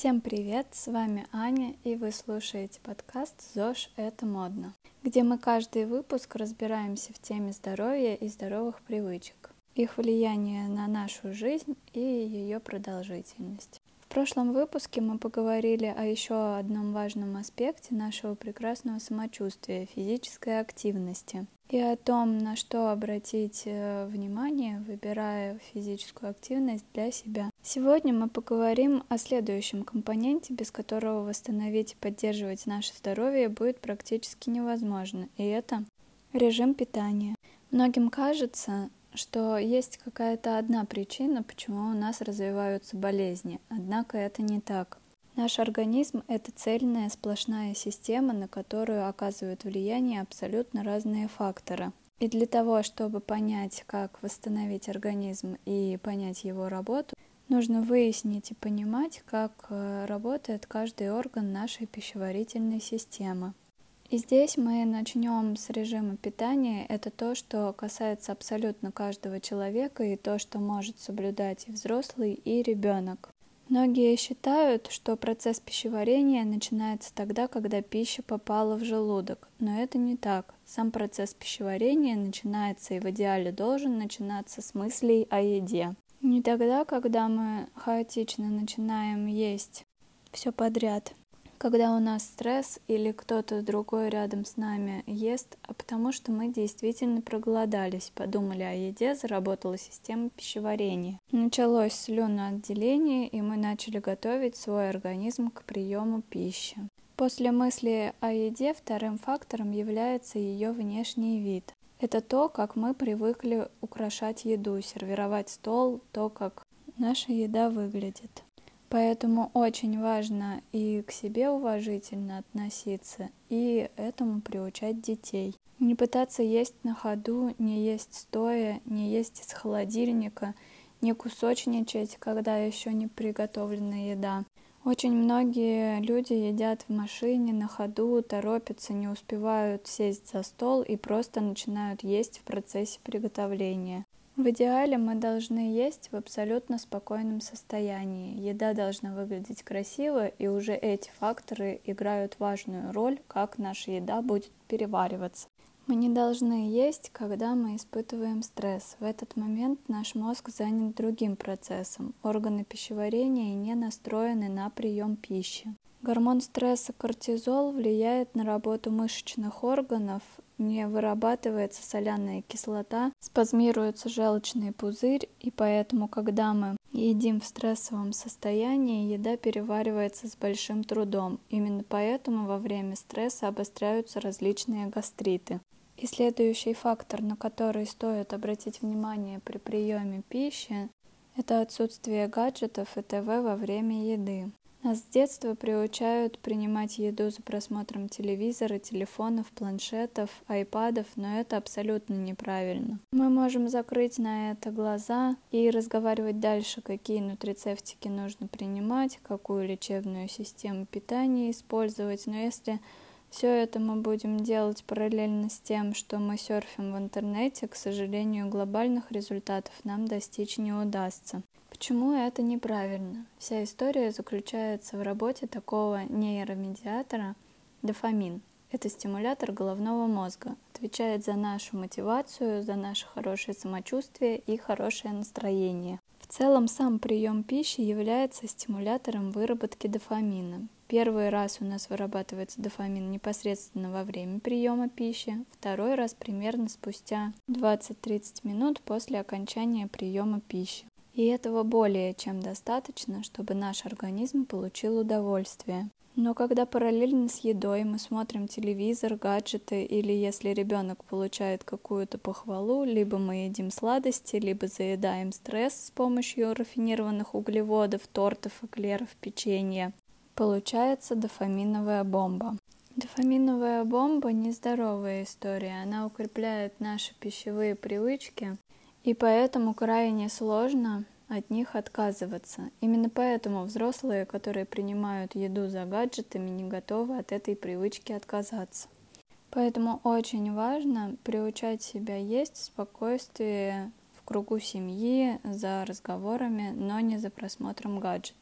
Всем привет, с вами Аня, и вы слушаете подкаст «ЗОЖ – это модно», где мы каждый выпуск разбираемся в теме здоровья и здоровых привычек, их влияние на нашу жизнь и ее продолжительность. В прошлом выпуске мы поговорили о еще одном важном аспекте нашего прекрасного самочувствия – физической активности, и о том, на что обратить внимание, выбирая физическую активность для себя. Сегодня мы поговорим о следующем компоненте, без которого восстановить и поддерживать наше здоровье будет практически невозможно, и это режим питания. Многим кажется, что есть какая-то одна причина, почему у нас развиваются болезни, однако это не так. Наш организм – это цельная сплошная система, на которую оказывают влияние абсолютно разные факторы. И для того, чтобы понять, как восстановить организм и понять его работу, нужно выяснить и понимать, как работает каждый орган нашей пищеварительной системы. И здесь мы начнем с режима питания. Это то, что касается абсолютно каждого человека и то, что может соблюдать и взрослый, и ребенок. Многие считают, что процесс пищеварения начинается тогда, когда пища попала в желудок, но это не так. Сам процесс пищеварения начинается и в идеале должен начинаться с мыслей о еде. Не тогда, когда мы хаотично начинаем есть все подряд, когда у нас стресс или кто-то другой рядом с нами ест, а потому что мы действительно проголодались, подумали о еде, заработала система пищеварения. Началось слюноотделение, и мы начали готовить свой организм к приему пищи. После мысли о еде вторым фактором является ее внешний вид. Это то, как мы привыкли украшать еду, сервировать стол, то, как наша еда выглядит. Поэтому очень важно и к себе уважительно относиться, и этому приучать детей. Не пытаться есть на ходу, не есть стоя, не есть из холодильника, не кусочничать, когда еще не приготовлена еда. Очень многие люди едят в машине, на ходу, торопятся, не успевают сесть за стол и просто начинают есть в процессе приготовления. В идеале мы должны есть в абсолютно спокойном состоянии. Еда должна выглядеть красиво, и уже эти факторы играют важную роль, как наша еда будет перевариваться. Мы не должны есть, когда мы испытываем стресс. В этот момент наш мозг занят другим процессом. Органы пищеварения не настроены на прием пищи. Гормон стресса кортизол влияет на работу мышечных органов, не вырабатывается соляная кислота, спазмируется желчный пузырь, и поэтому, когда мы едим в стрессовом состоянии, еда переваривается с большим трудом. Именно поэтому во время стресса обостряются различные гастриты. И следующий фактор, на который стоит обратить внимание при приеме пищи, это отсутствие гаджетов и ТВ во время еды. Нас с детства приучают принимать еду за просмотром телевизора, телефонов, планшетов, айпадов, но это абсолютно неправильно. Мы можем закрыть на это глаза и разговаривать дальше, какие нутрицептики нужно принимать, какую лечебную систему питания использовать, но если все это мы будем делать параллельно с тем, что мы серфим в интернете, к сожалению, глобальных результатов нам достичь не удастся. Почему это неправильно? Вся история заключается в работе такого нейромедиатора дофамин. Это стимулятор головного мозга, отвечает за нашу мотивацию, за наше хорошее самочувствие и хорошее настроение. В целом сам прием пищи является стимулятором выработки дофамина. Первый раз у нас вырабатывается дофамин непосредственно во время приема пищи, второй раз примерно спустя 20-30 минут после окончания приема пищи. И этого более чем достаточно, чтобы наш организм получил удовольствие. Но когда параллельно с едой мы смотрим телевизор, гаджеты, или если ребенок получает какую-то похвалу, либо мы едим сладости, либо заедаем стресс с помощью рафинированных углеводов, тортов, эклеров, печенья, получается дофаминовая бомба. Дофаминовая бомба – нездоровая история, она укрепляет наши пищевые привычки, и поэтому крайне сложно от них отказываться. Именно поэтому взрослые, которые принимают еду за гаджетами, не готовы от этой привычки отказаться. Поэтому очень важно приучать себя есть в спокойствии, в кругу семьи, за разговорами, но не за просмотром гаджетов.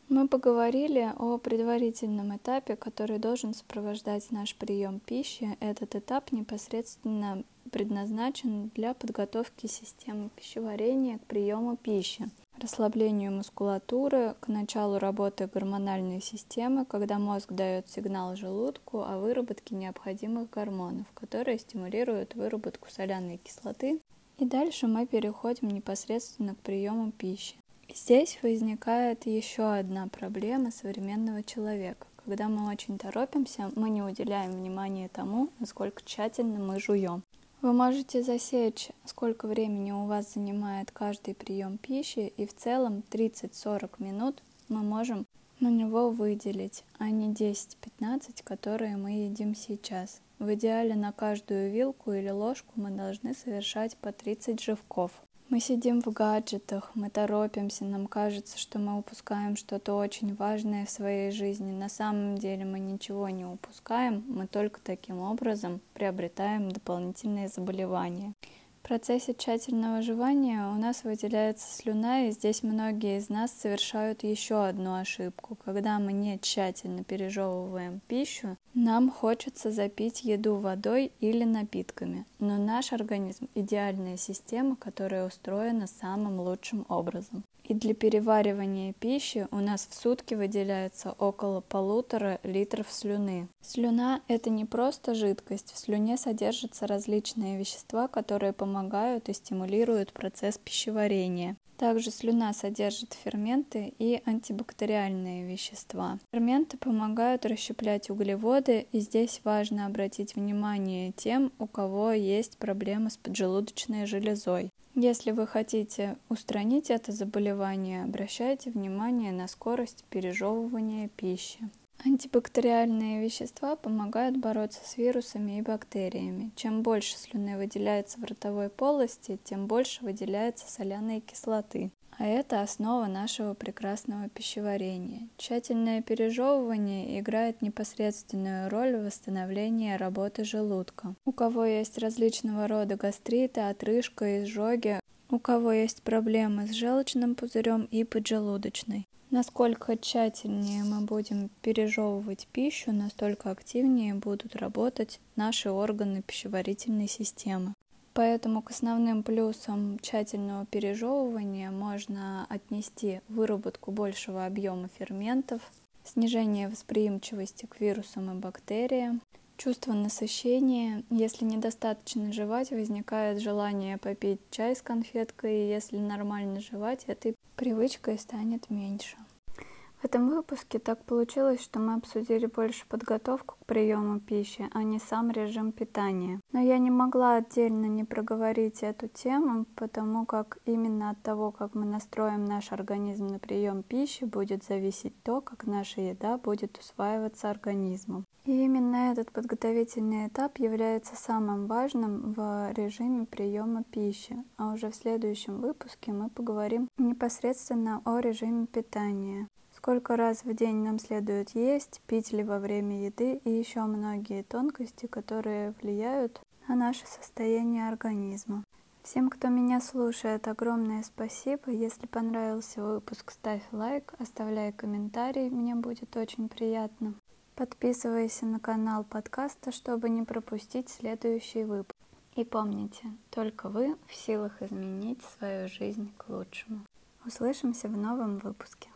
Мы поговорили о предварительном этапе, который должен сопровождать наш прием пищи. Этот этап непосредственно предназначен для подготовки системы пищеварения к приему пищи, расслаблению мускулатуры, к началу работы гормональной системы, когда мозг дает сигнал желудку о выработке необходимых гормонов, которые стимулируют выработку соляной кислоты. И дальше мы переходим непосредственно к приему пищи. Здесь возникает еще одна проблема современного человека. Когда мы очень торопимся, мы не уделяем внимания тому, насколько тщательно мы жуем. Вы можете засечь, сколько времени у вас занимает каждый прием пищи, и в целом 30-40 минут мы можем на него выделить, а не 10-15, которые мы едим сейчас. В идеале на каждую вилку или ложку мы должны совершать по 30 живков. Мы сидим в гаджетах, мы торопимся, нам кажется, что мы упускаем что-то очень важное в своей жизни. На самом деле мы ничего не упускаем, мы только таким образом приобретаем дополнительные заболевания. В процессе тщательного жевания у нас выделяется слюна, и здесь многие из нас совершают еще одну ошибку. Когда мы не тщательно пережевываем пищу, нам хочется запить еду водой или напитками. Но наш организм – идеальная система, которая устроена самым лучшим образом. И для переваривания пищи у нас в сутки выделяется около 1,5 литров слюны. Слюна – это не просто жидкость, в слюне содержатся различные вещества, которые помогают и стимулируют процесс пищеварения. Также слюна содержит ферменты и антибактериальные вещества. Ферменты помогают расщеплять углеводы, и здесь важно обратить внимание тем, у кого есть проблемы с поджелудочной железой. Если вы хотите устранить это заболевание, обращайте внимание на скорость пережевывания пищи. Антибактериальные вещества помогают бороться с вирусами и бактериями. Чем больше слюны выделяется в ротовой полости, тем больше выделяется соляной кислоты. А это основа нашего прекрасного пищеварения. Тщательное пережевывание играет непосредственную роль в восстановлении работы желудка. У кого есть различного рода гастриты, отрыжка, изжоги, у кого есть проблемы с желчным пузырем и поджелудочной. Насколько тщательнее мы будем пережевывать пищу, настолько активнее будут работать наши органы пищеварительной системы. Поэтому к основным плюсам тщательного пережевывания можно отнести выработку большего объема ферментов, снижение восприимчивости к вирусам и бактериям, чувство насыщения. Если недостаточно жевать, возникает желание попить чай с конфеткой, и если нормально жевать, этой привычкой станет меньше. В этом выпуске так получилось, что мы обсудили больше подготовку к приему пищи, а не сам режим питания. Но я не могла отдельно не проговорить эту тему, потому как именно от того, как мы настроим наш организм на прием пищи, будет зависеть то, как наша еда будет усваиваться организмом. И именно этот подготовительный этап является самым важным в режиме приема пищи. А уже в следующем выпуске мы поговорим непосредственно о режиме питания. Сколько раз в день нам следует есть, пить ли во время еды и еще многие тонкости, которые влияют на наше состояние организма. Всем, кто меня слушает, огромное спасибо. Если понравился выпуск, ставь лайк, оставляй комментарий, мне будет очень приятно. Подписывайся на канал подкаста, чтобы не пропустить следующий выпуск. И помните, только вы в силах изменить свою жизнь к лучшему. Услышимся в новом выпуске.